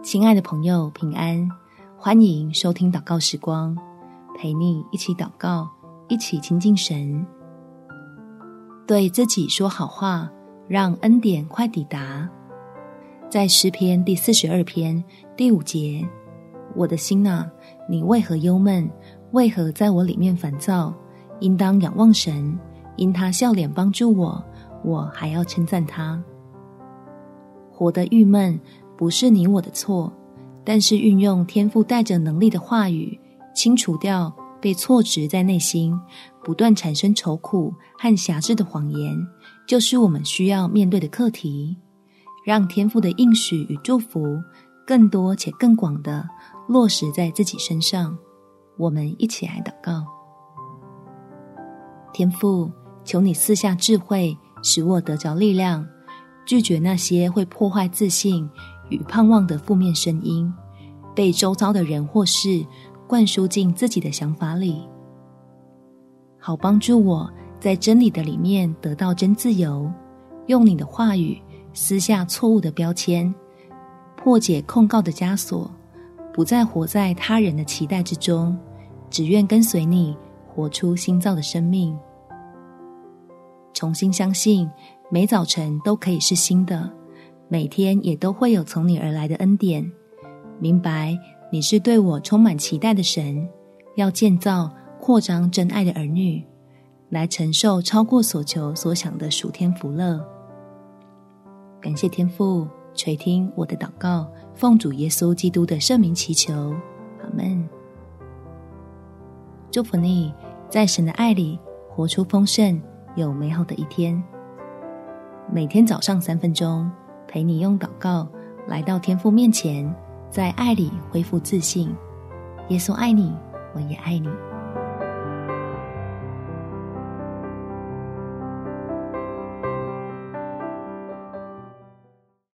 亲爱的朋友，平安，欢迎收听祷告时光，陪你一起祷告，一起亲近神。对自己说好话，让恩典快抵达。在诗篇第42篇第5节，我的心啊，你为何忧闷？为何在我里面烦躁？应当仰望神，因他笑脸帮助我，我还要称赞他。活得郁闷不是你我的错，但是运用天父带着能力的话语，清除掉被错植在内心不断产生愁苦和辖制的谎言，就是我们需要面对的课题。让天父的应许与祝福更多且更广地落实在自己身上。我们一起来祷告。天父，求你赐下智慧，使我得着力量，拒绝那些会破坏自信与盼望的负面声音，被周遭的人或事灌输进自己的想法里，好帮助我在真理的里面得到真自由，用你的话语撕下错误的标签，破解控告的枷锁，不再活在他人的期待之中，只愿跟随你，活出新造的生命。重新相信每早晨都可以是新的，每天也都会有从你而来的恩典。明白你是对我充满期待的神，要建造扩张真爱的儿女，来承受超过所求所想的属天福乐。感谢天父垂听我的祷告，奉主耶稣基督的圣名祈求，阿们。祝福你在神的爱里活出丰盛有美好的一天。每天早上3分钟，陪你用祷告来到天父面前，在爱里恢复自信。耶稣爱你，我也爱你。